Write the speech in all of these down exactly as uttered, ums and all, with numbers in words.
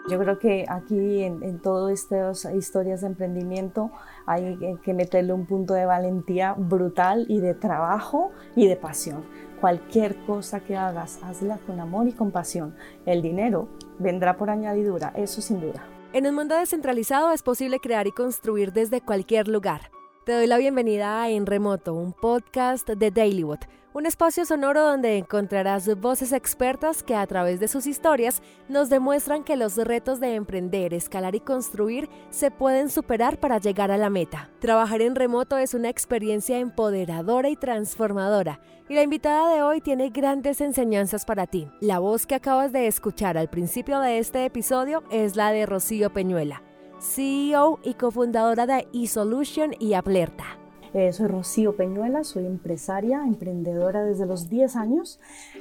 Yo creo que aquí en, en todas estas historias de emprendimiento hay que meterle un punto de valentía brutal y de trabajo y de pasión. Cualquier cosa que hagas, hazla con amor y con pasión. El dinero vendrá por añadidura, eso sin duda. En un mundo descentralizado es posible crear y construir desde cualquier lugar. Te doy la bienvenida a En Remoto, un podcast de Dailywood, un espacio sonoro donde encontrarás voces expertas que a través de sus historias nos demuestran que los retos de emprender, escalar y construir se pueden superar para llegar a la meta. Trabajar en remoto es una experiencia empoderadora y transformadora, y la invitada de hoy tiene grandes enseñanzas para ti. La voz que acabas de escuchar al principio de este episodio es la de Rocío Peñuela, C E O y cofundadora de eSolution y Aplerta. Eh, soy Rocío Peñuela, soy empresaria, emprendedora desde los diez años.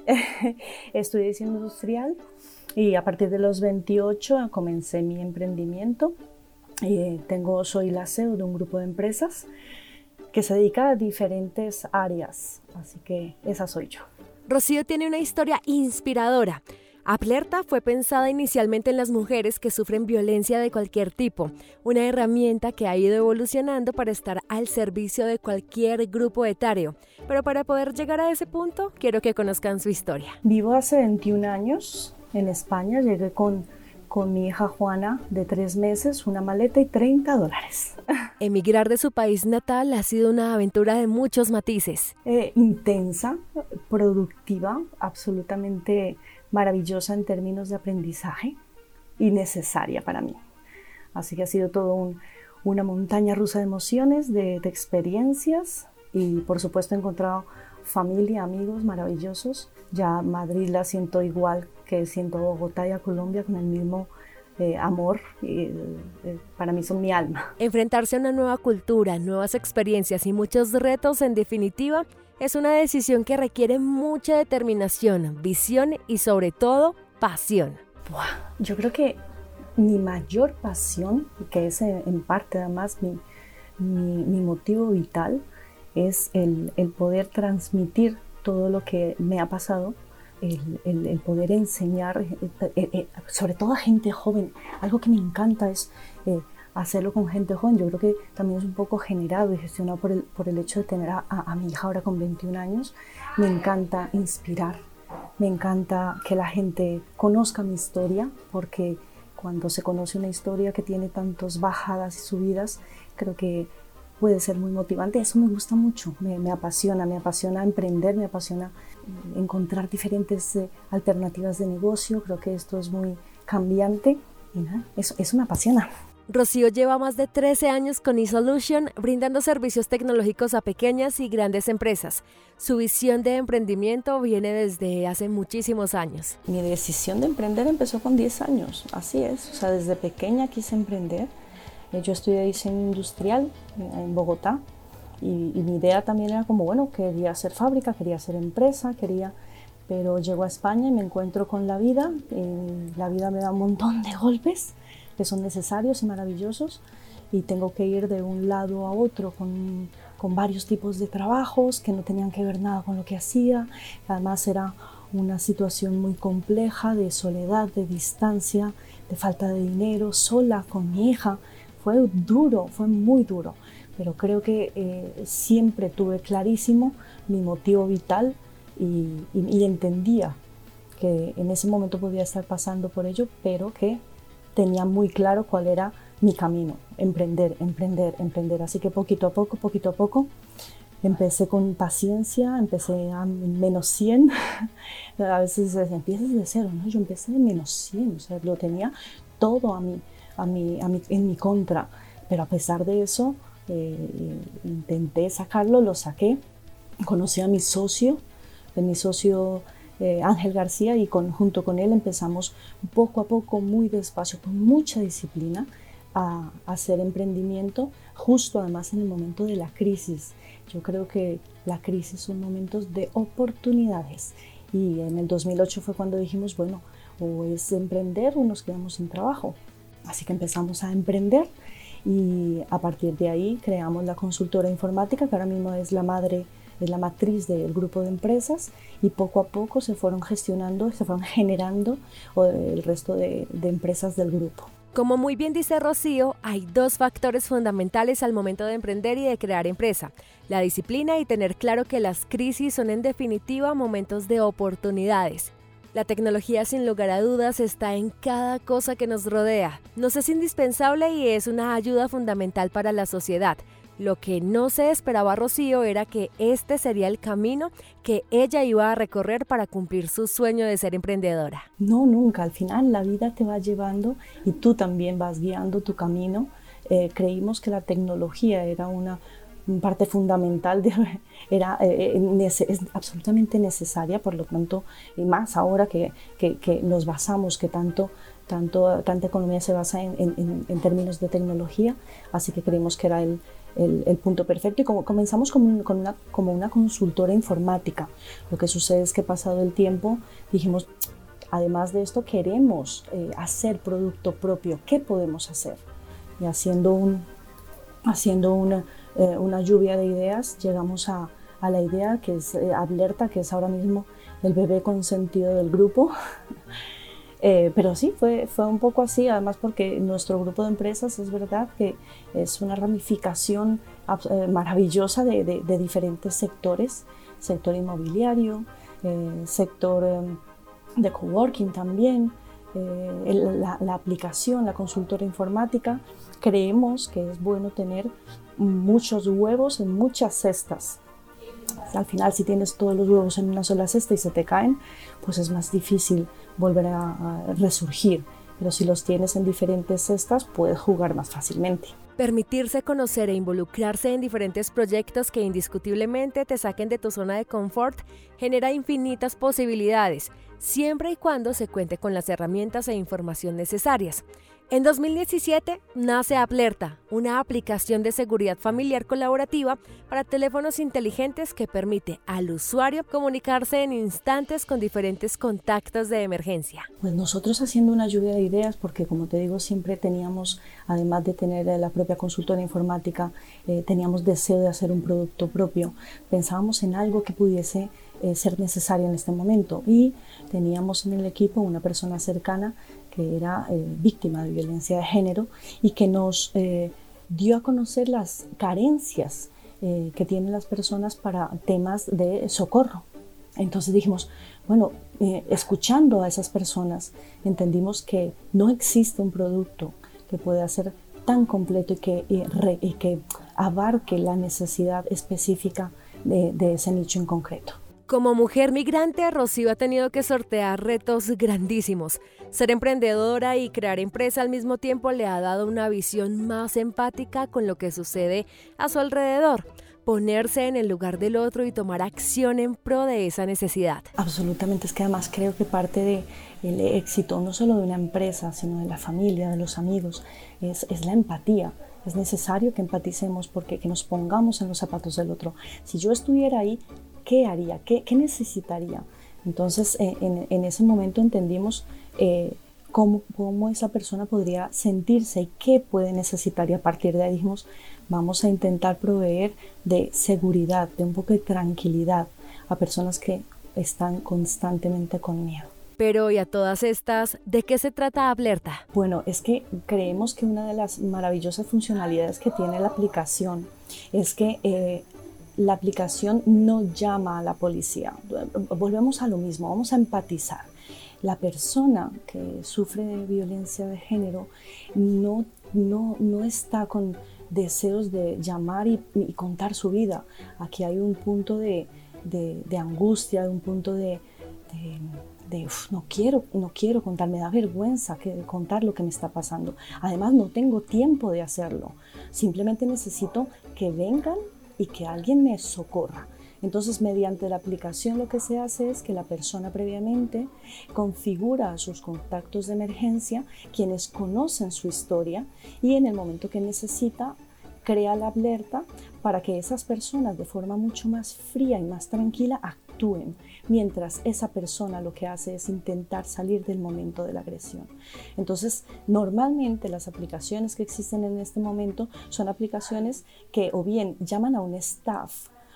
Estudié diseño industrial y a partir de los veintiocho comencé mi emprendimiento. Eh, tengo, soy la C E O de un grupo de empresas que se dedica a diferentes áreas, así que esa soy yo. Rocío tiene una historia inspiradora. Aplerta fue pensada inicialmente en las mujeres que sufren violencia de cualquier tipo, una herramienta que ha ido evolucionando para estar al servicio de cualquier grupo etario. Pero para poder llegar a ese punto, quiero que conozcan su historia. Vivo hace veintiún años en España, llegué con, con mi hija Juana de tres meses, una maleta y treinta dólares. Emigrar de su país natal ha sido una aventura de muchos matices. Eh, intensa, productiva, absolutamente maravillosa en términos de aprendizaje y necesaria para mí. Así que ha sido todo un, una montaña rusa de emociones, de, de experiencias y por supuesto he encontrado familia, amigos maravillosos. Ya Madrid la siento igual que siento Bogotá y a Colombia con el mismo eh, amor. Y, eh, para mí son mi alma. Enfrentarse a una nueva cultura, nuevas experiencias y muchos retos, en definitiva, es una decisión que requiere mucha determinación, visión y sobre todo, pasión. Buah, yo creo que mi mayor pasión, que es en parte además mi, mi, mi motivo vital, es el, el poder transmitir todo lo que me ha pasado, el, el, el poder enseñar, eh, eh, sobre todo a gente joven. Algo que me encanta es eh, hacerlo con gente joven. Yo creo que también es un poco generado y gestionado por el, por el hecho de tener a, a, a mi hija ahora con veintiún años. Me encanta inspirar, me encanta que la gente conozca mi historia, porque cuando se conoce una historia que tiene tantas bajadas y subidas, creo que puede ser muy motivante. Eso me gusta mucho, me, me apasiona, me apasiona emprender, me apasiona encontrar diferentes eh, alternativas de negocio. Creo que esto es muy cambiante y nada, eso, eso me apasiona. Rocío lleva más de trece años con eSolution, brindando servicios tecnológicos a pequeñas y grandes empresas. Su visión de emprendimiento viene desde hace muchísimos años. Mi decisión de emprender empezó con diez años, así es. O sea, desde pequeña quise emprender. Yo estudié diseño industrial en Bogotá y, y mi idea también era como, bueno, quería hacer fábrica, quería hacer empresa, quería... Pero llego a España y me encuentro con la vida, y la vida me da un montón de golpes que son necesarios y maravillosos y tengo que ir de un lado a otro con, con varios tipos de trabajos que no tenían que ver nada con lo que hacía. Además era una situación muy compleja de soledad, de distancia, de falta de dinero, sola con mi hija. Fue duro, fue muy duro, pero creo que eh, siempre tuve clarísimo mi motivo vital y, y, y entendía que en ese momento podía estar pasando por ello, pero que tenía muy claro cuál era mi camino, emprender, emprender, emprender. Así que poquito a poco, poquito a poco, empecé con paciencia, empecé a menos cien. A veces empiezas de cero, ¿no? Yo empecé de menos cien, o sea, lo tenía todo a mí, a mí, a mí, en mi contra. Pero a pesar de eso, eh, intenté sacarlo, lo saqué. Conocí a mi socio, de mi socio Eh, Ángel García, y con, junto con él empezamos poco a poco, muy despacio, con mucha disciplina, a, a hacer emprendimiento, justo además en el momento de la crisis. Yo creo que la crisis son momentos de oportunidades y en el dos mil ocho fue cuando dijimos, bueno, o es emprender o nos quedamos sin trabajo. Así que empezamos a emprender y a partir de ahí creamos la consultora informática, que ahora mismo es la madre es la matriz del grupo de empresas, y poco a poco se fueron gestionando, se fueron generando el resto de, de empresas del grupo. Como muy bien dice Rocío, hay dos factores fundamentales al momento de emprender y de crear empresa: la disciplina y tener claro que las crisis son en definitiva momentos de oportunidades. La tecnología, sin lugar a dudas, está en cada cosa que nos rodea. Nos es indispensable y es una ayuda fundamental para la sociedad. Lo que no se esperaba Rocío era que este sería el camino que ella iba a recorrer para cumplir su sueño de ser emprendedora. No, nunca. Al final la vida te va llevando y tú también vas guiando tu camino. Eh, creímos que la tecnología era una parte fundamental, de, era, eh, nece, es absolutamente necesaria, por lo tanto, y más ahora que, que, que nos basamos, que tanto, tanto, tanta economía se basa en, en, en términos de tecnología, así que creímos que era el, el, el punto perfecto, y como comenzamos con, con una, como una consultora informática. Lo que sucede es que pasado el tiempo dijimos, además de esto queremos eh, hacer producto propio, ¿qué podemos hacer? Y haciendo, un, haciendo una Eh, una lluvia de ideas, llegamos a, a la idea que es eh, Ablerta, que es ahora mismo el bebé consentido del grupo. eh, pero sí, fue, fue un poco así, además porque nuestro grupo de empresas es verdad que es una ramificación eh, maravillosa de, de, de diferentes sectores, sector inmobiliario, eh, sector eh, de coworking también, eh, la, la aplicación, la consultora informática. Creemos que es bueno tener muchos huevos en muchas cestas. Al final, si tienes todos los huevos en una sola cesta y se te caen, pues es más difícil volver a, a resurgir. Pero si los tienes en diferentes cestas, puedes jugar más fácilmente. Permitirse conocer e involucrarse en diferentes proyectos que indiscutiblemente te saquen de tu zona de confort genera infinitas posibilidades, siempre y cuando se cuente con las herramientas e información necesarias. En dos mil diecisiete nace Ablerta, una aplicación de seguridad familiar colaborativa para teléfonos inteligentes que permite al usuario comunicarse en instantes con diferentes contactos de emergencia. Pues nosotros haciendo una lluvia de ideas, porque como te digo, siempre teníamos, además de tener la propia consultora informática, eh, teníamos deseo de hacer un producto propio. Pensábamos en algo que pudiese eh, ser necesario en este momento, y teníamos en el equipo una persona cercana que era eh, víctima de violencia de género y que nos eh, dio a conocer las carencias eh, que tienen las personas para temas de socorro. Entonces dijimos, bueno, eh, escuchando a esas personas, entendimos que no existe un producto que pueda ser tan completo y que, y re, y que abarque la necesidad específica de, de ese nicho en concreto. Como mujer migrante, Rocío ha tenido que sortear retos grandísimos. Ser emprendedora y crear empresa al mismo tiempo le ha dado una visión más empática con lo que sucede a su alrededor. Ponerse en el lugar del otro y tomar acción en pro de esa necesidad. Absolutamente, es que además creo que parte del éxito, no solo de una empresa, sino de la familia, de los amigos, es, es la empatía. Es necesario que empaticemos, porque que nos pongamos en los zapatos del otro. Si yo estuviera ahí, ¿qué haría? ¿Qué, qué necesitaría? Entonces, eh, en, en ese momento entendimos eh, cómo, cómo esa persona podría sentirse y qué puede necesitar, y a partir de ahí dijimos, vamos a intentar proveer de seguridad, de un poco de tranquilidad a personas que están constantemente con miedo. Pero, ¿y a todas estas, de qué se trata Ablerta? Bueno, es que creemos que una de las maravillosas funcionalidades que tiene la aplicación es que eh, la aplicación no llama a la policía. Volvemos a lo mismo, vamos a empatizar. La persona que sufre de violencia de género no, no, no está con deseos de llamar y, y contar su vida. Aquí hay un punto de, de, de angustia, un punto de... de de uf, no quiero, no quiero contar, me da vergüenza que, contar lo que me está pasando. Además, no tengo tiempo de hacerlo. Simplemente necesito que vengan y que alguien me socorra. Entonces, mediante la aplicación lo que se hace es que la persona previamente configura a sus contactos de emergencia, quienes conocen su historia, y en el momento que necesita, crea la alerta para que esas personas de forma mucho más fría y más tranquila actúen, mientras esa persona lo que hace es intentar salir del momento de la agresión. Entonces, normalmente las aplicaciones que existen en este momento son aplicaciones que o bien llaman a un staff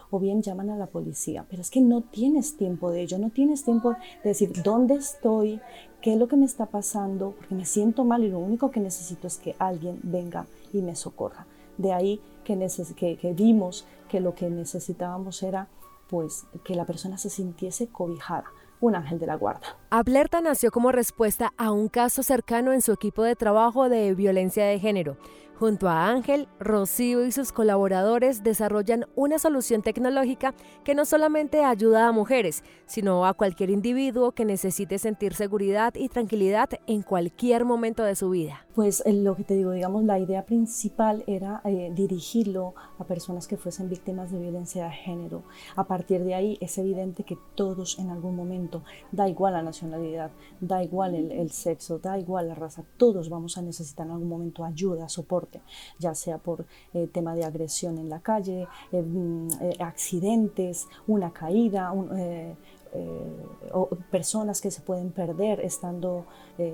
o bien llaman a la policía. Pero es que no tienes tiempo de ello, no tienes tiempo de decir dónde estoy, qué es lo que me está pasando, porque me siento mal y lo único que necesito es que alguien venga y me socorra. De ahí que, neces- que, que vimos que lo que necesitábamos era pues, que la persona se sintiese cobijada, un ángel de la guarda. Ablerta nació como respuesta a un caso cercano en su equipo de trabajo de violencia de género. Junto a Ángel, Rocío y sus colaboradores desarrollan una solución tecnológica que no solamente ayuda a mujeres, sino a cualquier individuo que necesite sentir seguridad y tranquilidad en cualquier momento de su vida. Pues eh, lo que te digo, digamos, la idea principal era eh, dirigirlo a personas que fuesen víctimas de violencia de género. A partir de ahí es evidente que todos en algún momento, da igual la nacionalidad, da igual el, el sexo, da igual la raza, todos vamos a necesitar en algún momento ayuda, soporte, ya sea por eh, tema de agresión en la calle, eh, eh, accidentes, una caída, un, eh, eh, o personas que se pueden perder estando eh,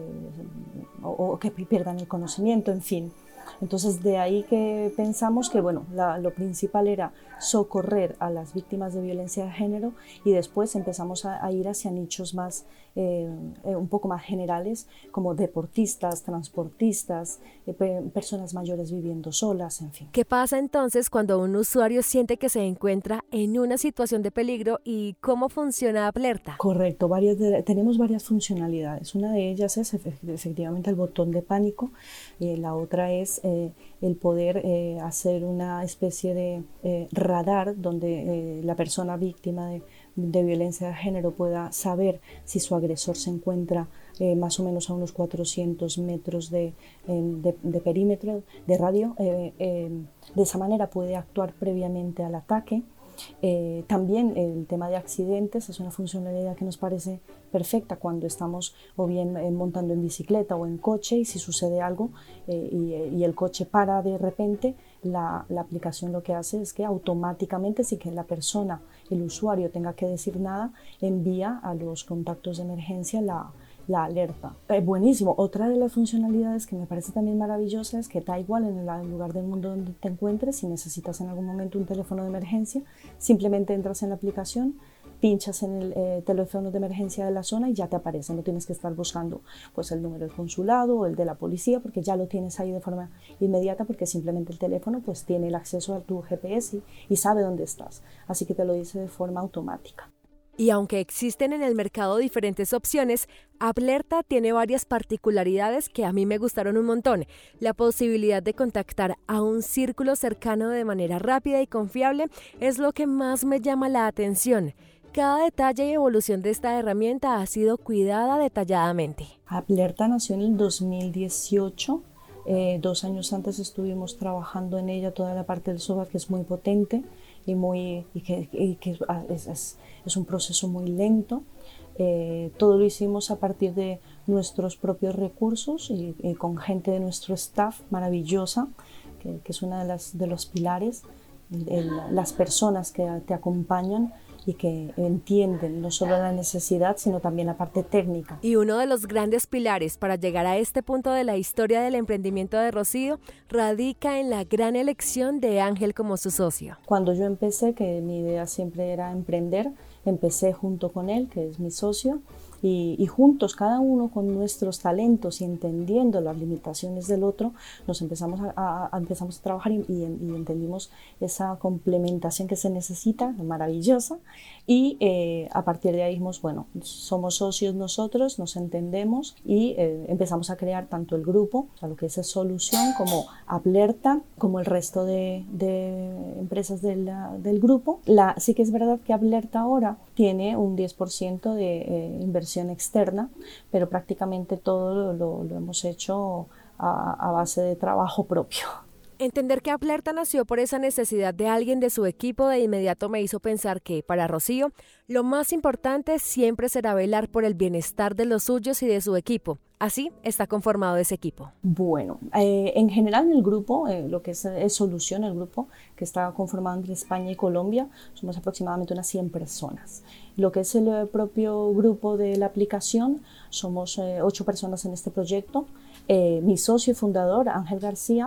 o, o que pierdan el conocimiento, en fin. Entonces de ahí que pensamos que bueno, la, lo principal era socorrer a las víctimas de violencia de género y después empezamos a, a ir hacia nichos más, eh, eh, un poco más generales, como deportistas, transportistas, eh, pe- personas mayores viviendo solas, en fin. ¿Qué pasa entonces cuando un usuario siente que se encuentra en una situación de peligro y cómo funciona Ablerta? Correcto, varias de, tenemos varias funcionalidades. Una de ellas es efectivamente el botón de pánico, eh, la otra es eh, el poder eh, hacer una especie de eh, radar donde eh, la persona víctima de, de violencia de género pueda saber si su agresor se encuentra eh, más o menos a unos cuatrocientos metros de, de, de perímetro, de radio. Eh, eh, de esa manera puede actuar previamente al ataque. Eh, también el tema de accidentes es una funcionalidad que nos parece perfecta cuando estamos o bien eh, montando en bicicleta o en coche y si sucede algo eh, y, y el coche para de repente, la, la aplicación lo que hace es que automáticamente, sin que la persona, el usuario tenga que decir nada, envía a los contactos de emergencia la la alerta. Eh, buenísimo. Otra de las funcionalidades que me parece también maravillosa es que da igual en el lugar del mundo donde te encuentres, si necesitas en algún momento un teléfono de emergencia, simplemente entras en la aplicación, pinchas en el eh, teléfono de emergencia de la zona y ya te aparece, no tienes que estar buscando pues, el número del consulado o el de la policía porque ya lo tienes ahí de forma inmediata porque simplemente el teléfono pues, tiene el acceso a tu G P S y, y sabe dónde estás, así que te lo dice de forma automática. Y aunque existen en el mercado diferentes opciones, Ablerta tiene varias particularidades que a mí me gustaron un montón. La posibilidad de contactar a un círculo cercano de manera rápida y confiable es lo que más me llama la atención. Cada detalle y evolución de esta herramienta ha sido cuidada detalladamente. Ablerta nació en el dos mil dieciocho. Eh, dos años antes estuvimos trabajando en ella toda la parte del software que es muy potente y, muy, y que, y que es, es, es un proceso muy lento. Eh, todo lo hicimos a partir de nuestros propios recursos y, y con gente de nuestro staff maravillosa, que, que es uno de, las, de los pilares, el, las personas que te acompañan y que entienden no solo la necesidad, sino también la parte técnica. Y uno de los grandes pilares para llegar a este punto de la historia del emprendimiento de Rocío radica en la gran elección de Ángel como su socio. Cuando yo empecé, que mi idea siempre era emprender, empecé junto con él, que es mi socio, y, y juntos, cada uno con nuestros talentos y entendiendo las limitaciones del otro, nos empezamos a, a, a empezamos a trabajar y, y, y entendimos esa complementación que se necesita, maravillosa, y eh, a partir de ahí dijimos, bueno, somos socios nosotros, nos entendemos y eh, empezamos a crear tanto el grupo, o sea, lo que es Solución, como Ablerta, como el resto de, de empresas de la, del grupo. La, sí que es verdad que Ablerta ahora tiene un diez por ciento de eh, inversión externa, pero prácticamente todo lo, lo hemos hecho a, a base de trabajo propio. Entender que Ablerta nació por esa necesidad de alguien de su equipo de inmediato me hizo pensar que, para Rocío, lo más importante siempre será velar por el bienestar de los suyos y de su equipo. Así está conformado ese equipo. Bueno, eh, en general el grupo, eh, lo que es, es Solución, el grupo que está conformado entre España y Colombia, somos aproximadamente unas cien personas. Lo que es el propio grupo de la aplicación, somos eh, ocho personas en este proyecto. Eh, mi socio y fundador, Ángel García,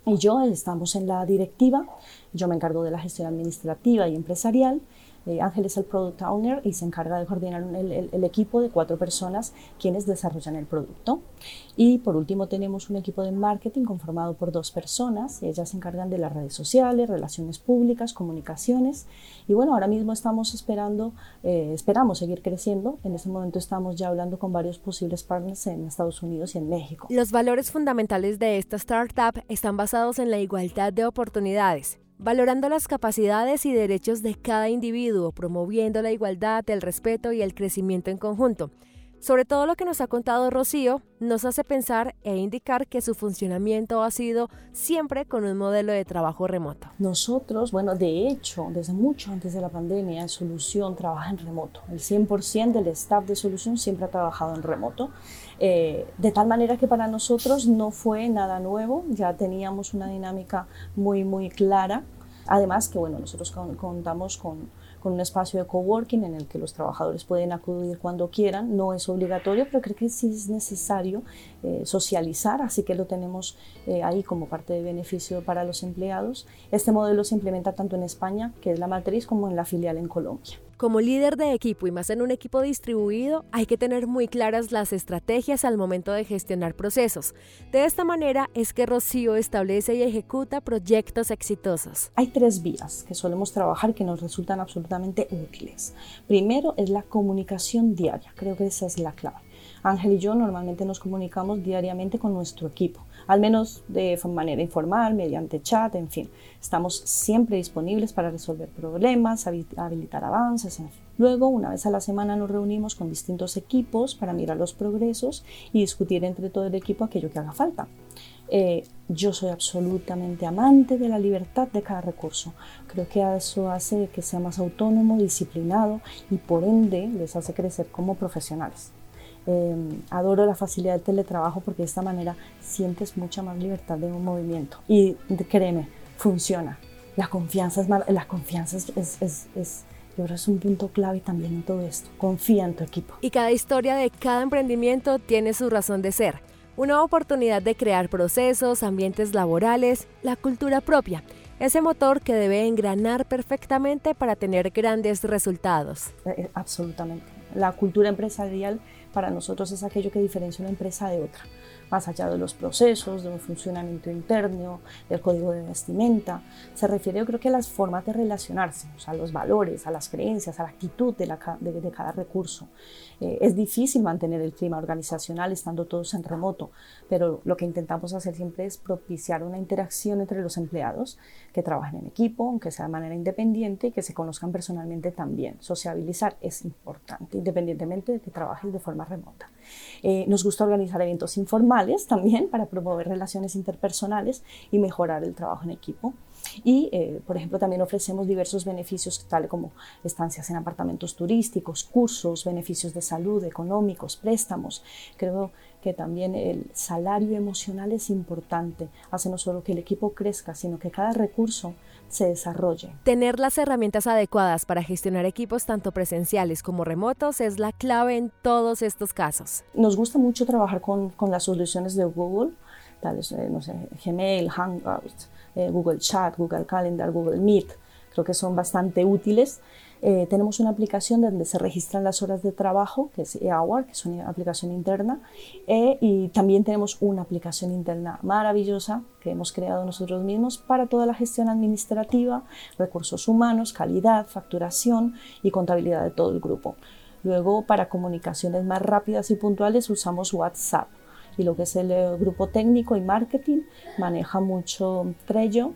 y yo estamos en la directiva. Yo me encargo de la gestión administrativa y empresarial. Eh, Ángel es el Product Owner y se encarga de coordinar el, el, el equipo de cuatro personas quienes desarrollan el producto. Y por último tenemos un equipo de marketing conformado por dos personas. Ellas se encargan de las redes sociales, relaciones públicas, comunicaciones. Y bueno, ahora mismo estamos esperando, eh, esperamos seguir creciendo. En este momento estamos ya hablando con varios posibles partners en Estados Unidos y en México. Los valores fundamentales de esta startup están basados en la igualdad de oportunidades, valorando las capacidades y derechos de cada individuo, promoviendo la igualdad, el respeto y el crecimiento en conjunto. Sobre todo lo que nos ha contado Rocío nos hace pensar e indicar que su funcionamiento ha sido siempre con un modelo de trabajo remoto. Nosotros, bueno, de hecho, desde mucho antes de la pandemia, Solución trabaja en remoto. El cien por ciento del staff de Solución siempre ha trabajado en remoto. Eh, de tal manera que para nosotros no fue nada nuevo, ya teníamos una dinámica muy, muy clara. Además que, bueno, nosotros con, contamos con, con un espacio de coworking en el que los trabajadores pueden acudir cuando quieran. No es obligatorio, pero creo que sí es necesario eh, socializar, así que lo tenemos eh, ahí como parte de beneficio para los empleados. Este modelo se implementa tanto en España, que es la matriz, como en la filial en Colombia. Como líder de equipo y más en un equipo distribuido, hay que tener muy claras las estrategias al momento de gestionar procesos. De esta manera es que Rocío establece y ejecuta proyectos exitosos. Hay tres vías que solemos trabajar que nos resultan absolutamente útiles. Primero es la comunicación diaria, creo que esa es la clave. Ángel y yo normalmente nos comunicamos diariamente con nuestro equipo, al menos de manera informal, mediante chat, en fin. Estamos siempre disponibles para resolver problemas, habilitar avances, en fin. Luego, una vez a la semana nos reunimos con distintos equipos para mirar los progresos y discutir entre todo el equipo aquello que haga falta. Eh, yo soy absolutamente amante de la libertad de cada recurso. Creo que eso hace que sea más autónomo, disciplinado y por ende les hace crecer como profesionales. Eh, adoro la facilidad del teletrabajo porque de esta manera sientes mucha más libertad de un movimiento y créeme, funciona. La confianza es, la confianza es, es, es, es yo creo que es un punto clave también en todo esto. Confía en tu equipo. Y cada historia de cada emprendimiento tiene su razón de ser. Una oportunidad de crear procesos, ambientes laborales, la cultura propia. Ese motor que debe engranar perfectamente para tener grandes resultados. Eh, absolutamente. La cultura empresarial para nosotros es aquello que diferencia una empresa de otra, más allá de los procesos, de un funcionamiento interno, del código de vestimenta. Se refiere, yo creo que a las formas de relacionarse, o sea, a los valores, a las creencias, a la actitud de, la, de, de cada recurso. Eh, es difícil mantener el clima organizacional estando todos en remoto, pero lo que intentamos hacer siempre es propiciar una interacción entre los empleados que trabajen en equipo, aunque sea de manera independiente, y que se conozcan personalmente también. Sociabilizar es importante, independientemente de que trabajes de forma remota. Eh, nos gusta organizar eventos informales también para promover relaciones interpersonales y mejorar el trabajo en equipo. Y, eh, por ejemplo, también ofrecemos diversos beneficios, tales como estancias en apartamentos turísticos, cursos, beneficios de salud, económicos, préstamos. Creo que también el salario emocional es importante. Hace no solo que el equipo crezca, sino que cada recurso se desarrolle. Tener las herramientas adecuadas para gestionar equipos tanto presenciales como remotos es la clave en todos estos casos. Nos gusta mucho trabajar con, con las soluciones de Google, tales, eh, no sé, Gmail, Hangouts, eh, Google Chat, Google Calendar, Google Meet. Creo que son bastante útiles. Eh, tenemos una aplicación donde se registran las horas de trabajo, que es eHour, que es una aplicación interna, eh, y también tenemos una aplicación interna maravillosa que hemos creado nosotros mismos para toda la gestión administrativa, recursos humanos, calidad, facturación y contabilidad de todo el grupo. Luego, para comunicaciones más rápidas y puntuales, usamos WhatsApp, y lo que es el eh, grupo técnico y marketing maneja mucho Trello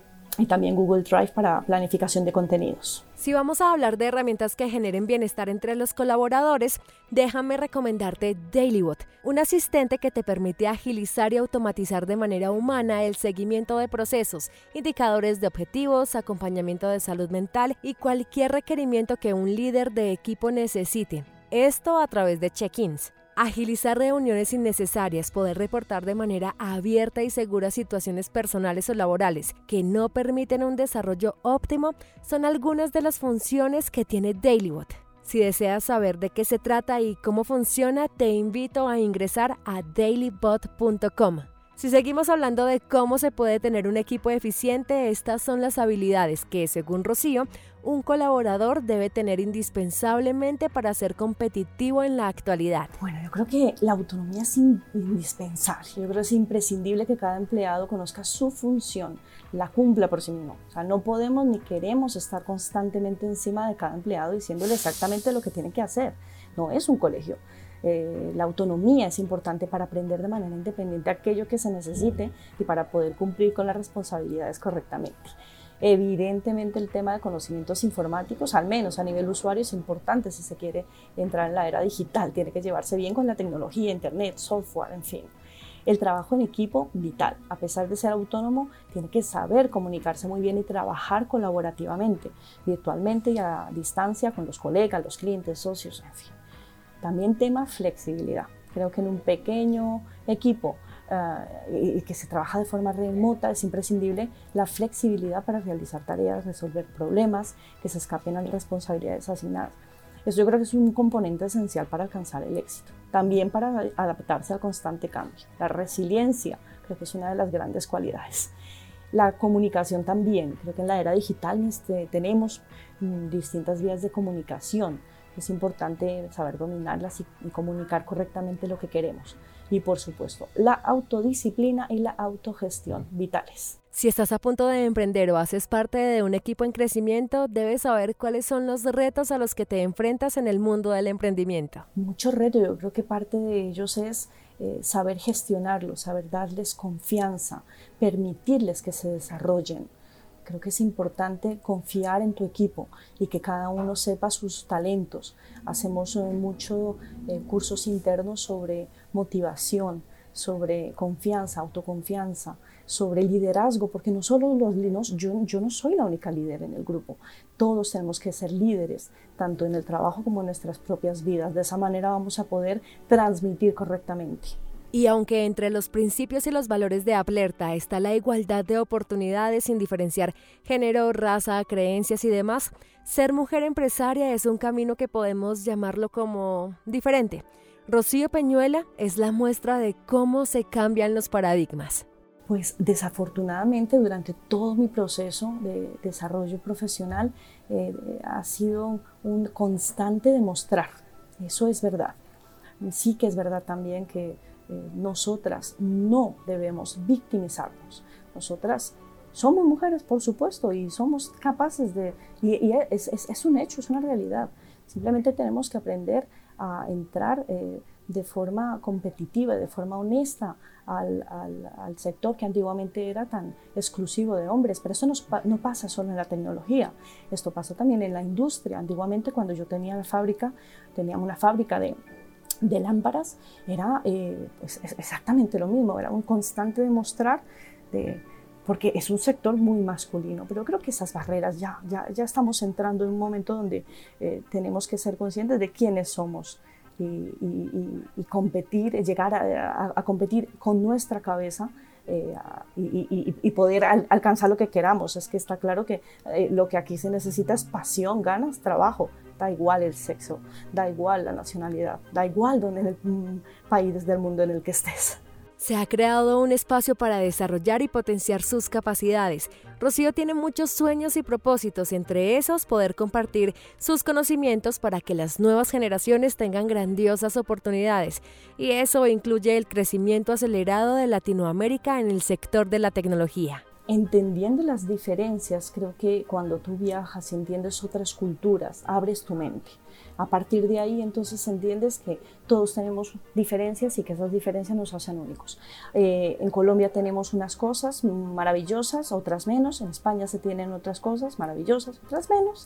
y también Google Drive para planificación de contenidos. Si vamos a hablar de herramientas que generen bienestar entre los colaboradores, déjame recomendarte Dailybot, un asistente que te permite agilizar y automatizar de manera humana el seguimiento de procesos, indicadores de objetivos, acompañamiento de salud mental y cualquier requerimiento que un líder de equipo necesite. Esto a través de check-ins. Agilizar reuniones innecesarias, poder reportar de manera abierta y segura situaciones personales o laborales que no permiten un desarrollo óptimo son algunas de las funciones que tiene Dailybot. Si deseas saber de qué se trata y cómo funciona, te invito a ingresar a dailybot punto com. Si seguimos hablando de cómo se puede tener un equipo eficiente, estas son las habilidades que, según Rocío, un colaborador debe tener indispensablemente para ser competitivo en la actualidad. Bueno, yo creo que la autonomía es indispensable. Yo creo que es imprescindible que cada empleado conozca su función, la cumpla por sí mismo. O sea, no podemos ni queremos estar constantemente encima de cada empleado diciéndole exactamente lo que tiene que hacer. No es un colegio. Eh, la autonomía es importante para aprender de manera independiente aquello que se necesite y para poder cumplir con las responsabilidades correctamente. Evidentemente el tema de conocimientos informáticos, al menos a nivel usuario, es importante si se quiere entrar en la era digital. Tiene que llevarse bien con la tecnología, internet, software, en fin. El trabajo en equipo, vital. A pesar de ser autónomo, tiene que saber comunicarse muy bien y trabajar colaborativamente, virtualmente y a distancia con los colegas, los clientes, socios, en fin. También tema flexibilidad. Creo que en un pequeño equipo uh, y que se trabaja de forma remota es imprescindible la flexibilidad para realizar tareas, resolver problemas, que se escapen a las responsabilidades asignadas. Eso yo creo que es un componente esencial para alcanzar el éxito. También para adaptarse al constante cambio. La resiliencia creo que es una de las grandes cualidades. La comunicación también. Creo que en la era digital este, tenemos mm, distintas vías de comunicación. Es importante saber dominarlas y, y comunicar correctamente lo que queremos. Y por supuesto, la autodisciplina y la autogestión, vitales. Si estás a punto de emprender o haces parte de un equipo en crecimiento, debes saber cuáles son los retos a los que te enfrentas en el mundo del emprendimiento. Muchos retos, yo creo que parte de ellos es eh, saber gestionarlos, saber darles confianza, permitirles que se desarrollen. Creo que es importante confiar en tu equipo y que cada uno sepa sus talentos. Hacemos eh, muchos eh, cursos internos sobre motivación, sobre confianza, autoconfianza, sobre liderazgo, porque no solo los líderes, yo, yo no soy la única líder en el grupo. Todos tenemos que ser líderes, tanto en el trabajo como en nuestras propias vidas. De esa manera vamos a poder transmitir correctamente. Y aunque entre los principios y los valores de Aplerta está la igualdad de oportunidades sin diferenciar género, raza, creencias y demás, ser mujer empresaria es un camino que podemos llamarlo como diferente. Rocío Peñuela es la muestra de cómo se cambian los paradigmas. Pues desafortunadamente durante todo mi proceso de desarrollo profesional eh, ha sido un constante demostrar. Eso es verdad. Sí que es verdad también que Eh, nosotras no debemos victimizarnos. Nosotras somos mujeres, por supuesto, y somos capaces de... Y, y es, es, es un hecho, es una realidad. Simplemente tenemos que aprender a entrar eh, de forma competitiva, de forma honesta al, al, al sector que antiguamente era tan exclusivo de hombres. Pero eso nos, no pasa solo en la tecnología, esto pasa también en la industria. Antiguamente, cuando yo tenía la fábrica, teníamos una fábrica de... de lámparas, era eh, pues, exactamente lo mismo, era un constante demostrar, de, porque es un sector muy masculino, pero creo que esas barreras ya, ya, ya estamos entrando en un momento donde eh, tenemos que ser conscientes de quiénes somos y, y, y, y competir, llegar a, a, a competir con nuestra cabeza eh, y, y, y poder al, alcanzar lo que queramos. Es que está claro que eh, lo que aquí se necesita es pasión, ganas, trabajo. Da igual el sexo, da igual la nacionalidad, da igual donde en el mm, país del mundo en el que estés. Se ha creado un espacio para desarrollar y potenciar sus capacidades. Rocío tiene muchos sueños y propósitos, entre esos poder compartir sus conocimientos para que las nuevas generaciones tengan grandiosas oportunidades. Y eso incluye el crecimiento acelerado de Latinoamérica en el sector de la tecnología. Entendiendo las diferencias, creo que cuando tú viajas y entiendes otras culturas, abres tu mente. A partir de ahí, entonces, entiendes que todos tenemos diferencias y que esas diferencias nos hacen únicos. Eh, en Colombia tenemos unas cosas maravillosas, otras menos. En España se tienen otras cosas maravillosas, otras menos.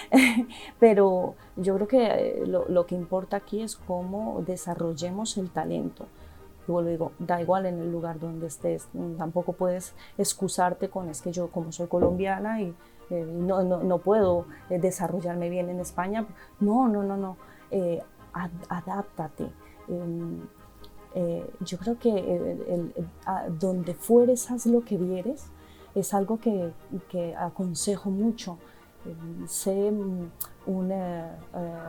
Pero yo creo que eh, lo, lo que importa aquí es cómo desarrollemos el talento. Luego digo, da igual en el lugar donde estés, tampoco puedes excusarte con es que yo como soy colombiana y eh, no, no, no puedo eh, desarrollarme bien en España. No, no, no, no, eh, ad, adáptate. Eh, eh, yo creo que el, el, el, a donde fueres, haz lo que vieres, es algo que, que aconsejo mucho. Eh, sé una... Uh,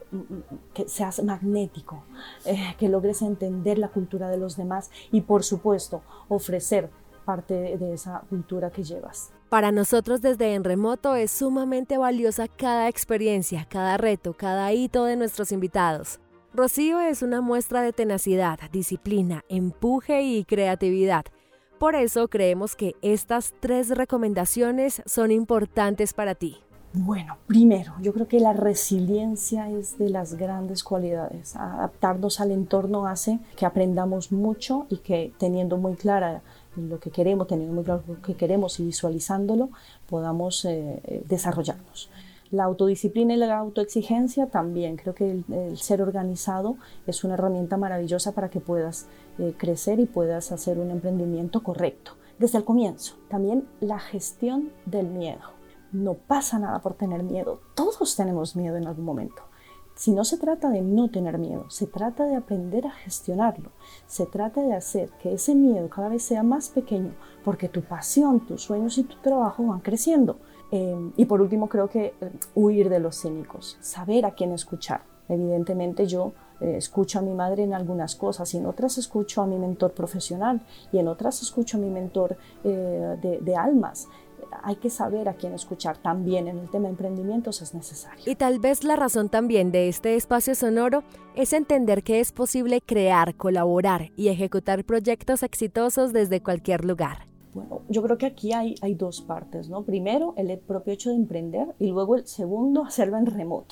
que seas magnético, eh, que logres entender la cultura de los demás y, por supuesto, ofrecer parte de, de esa cultura que llevas. Para nosotros desde En Remoto es sumamente valiosa cada experiencia, cada reto, cada hito de nuestros invitados. Rocío es una muestra de tenacidad, disciplina, empuje y creatividad. Por eso creemos que estas tres recomendaciones son importantes para ti. Bueno, primero, yo creo que la resiliencia es de las grandes cualidades. Adaptarnos al entorno hace que aprendamos mucho y que teniendo muy clara lo que queremos, teniendo muy claro lo que queremos y visualizándolo, podamos eh, desarrollarnos. La autodisciplina y la autoexigencia también. Creo que el, el ser organizado es una herramienta maravillosa para que puedas eh, crecer y puedas hacer un emprendimiento correcto desde el comienzo. También la gestión del miedo. No pasa nada por tener miedo. Todos tenemos miedo en algún momento. Si no se trata de no tener miedo, se trata de aprender a gestionarlo. Se trata de hacer que ese miedo cada vez sea más pequeño porque tu pasión, tus sueños y tu trabajo van creciendo. Eh, y por último, creo que eh, huir de los cínicos, saber a quién escuchar. Evidentemente yo eh, escucho a mi madre en algunas cosas y en otras escucho a mi mentor profesional y en otras escucho a mi mentor eh, de, de almas. Hay que saber a quién escuchar. También en el tema de emprendimientos es necesario. Y tal vez la razón también de este espacio sonoro es entender que es posible crear, colaborar y ejecutar proyectos exitosos desde cualquier lugar. Bueno, yo creo que aquí hay, hay dos partes, ¿no? Primero, el propio hecho de emprender y luego el segundo, hacerlo en remoto.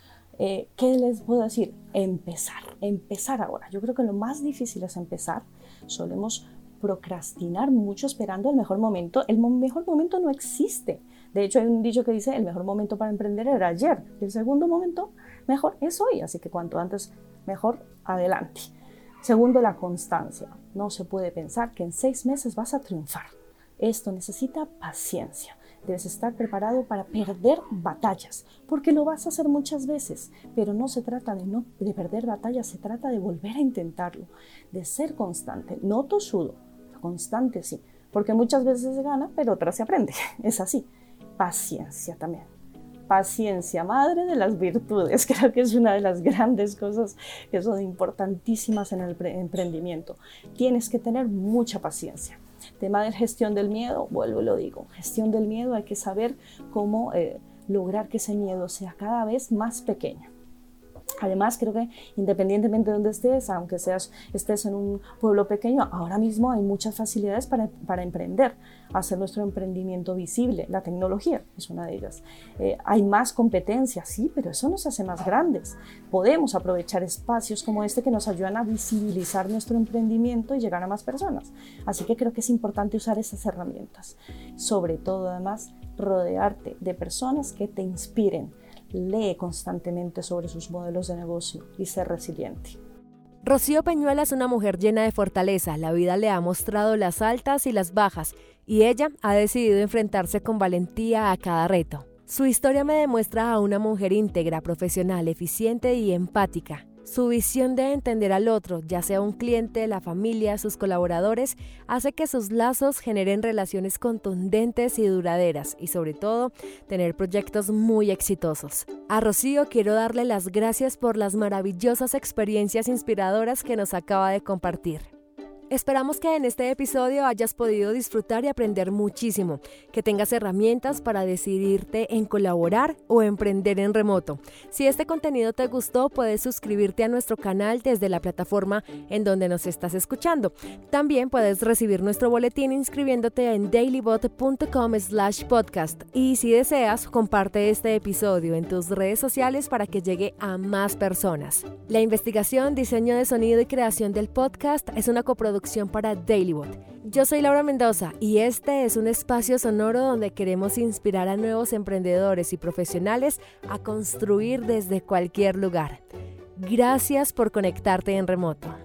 Eh, ¿Qué les puedo decir? Empezar, empezar ahora. Yo creo que lo más difícil es empezar. Solemos procrastinar mucho esperando el mejor momento. El mo- mejor momento no existe. De hecho, hay un dicho que dice, el mejor momento para emprender era ayer. El segundo momento mejor es hoy. Así que cuanto antes, mejor, adelante. Segundo, la constancia. No se puede pensar que en seis meses vas a triunfar. Esto necesita paciencia. Debes estar preparado para perder batallas, porque lo vas a hacer muchas veces, pero no se trata de, no, de perder batallas, se trata de volver a intentarlo, de ser constante, no tosudo, constante sí, porque muchas veces se gana, pero otras se aprende, es así. Paciencia también. Paciencia, madre de las virtudes, creo que es una de las grandes cosas que son importantísimas en el emprendimiento. Tienes que tener mucha paciencia. Tema de gestión del miedo, vuelvo y lo digo, gestión del miedo, hay que saber cómo eh, lograr que ese miedo sea cada vez más pequeño. Además, creo que independientemente de donde estés, aunque seas, estés en un pueblo pequeño, ahora mismo hay muchas facilidades para, para emprender, hacer nuestro emprendimiento visible. La tecnología es una de ellas. Eh, hay más competencia, sí, pero eso nos hace más grandes. Podemos aprovechar espacios como este que nos ayudan a visibilizar nuestro emprendimiento y llegar a más personas. Así que creo que es importante usar esas herramientas. Sobre todo, además, rodearte de personas que te inspiren. Lee constantemente sobre sus modelos de negocio y ser resiliente. Rocío Peñuela es una mujer llena de fortaleza. La vida le ha mostrado las altas y las bajas y ella ha decidido enfrentarse con valentía a cada reto. Su historia me demuestra a una mujer íntegra, profesional, eficiente y empática. Su visión de entender al otro, ya sea un cliente, la familia, sus colaboradores, hace que sus lazos generen relaciones contundentes y duraderas y, sobre todo, tener proyectos muy exitosos. A Rocío quiero darle las gracias por las maravillosas experiencias inspiradoras que nos acaba de compartir. Esperamos que en este episodio hayas podido disfrutar y aprender muchísimo, que tengas herramientas para decidirte en colaborar o emprender en remoto. Si este contenido te gustó, puedes suscribirte a nuestro canal desde la plataforma en donde nos estás escuchando. También puedes recibir nuestro boletín inscribiéndote en dailybot punto com slash podcast. Y si deseas, comparte este episodio en tus redes sociales para que llegue a más personas. La investigación, diseño de sonido y creación del podcast es una coproducción para Dailybot. Yo soy Laura Mendoza y este es un espacio sonoro donde queremos inspirar a nuevos emprendedores y profesionales a construir desde cualquier lugar. Gracias por conectarte en remoto.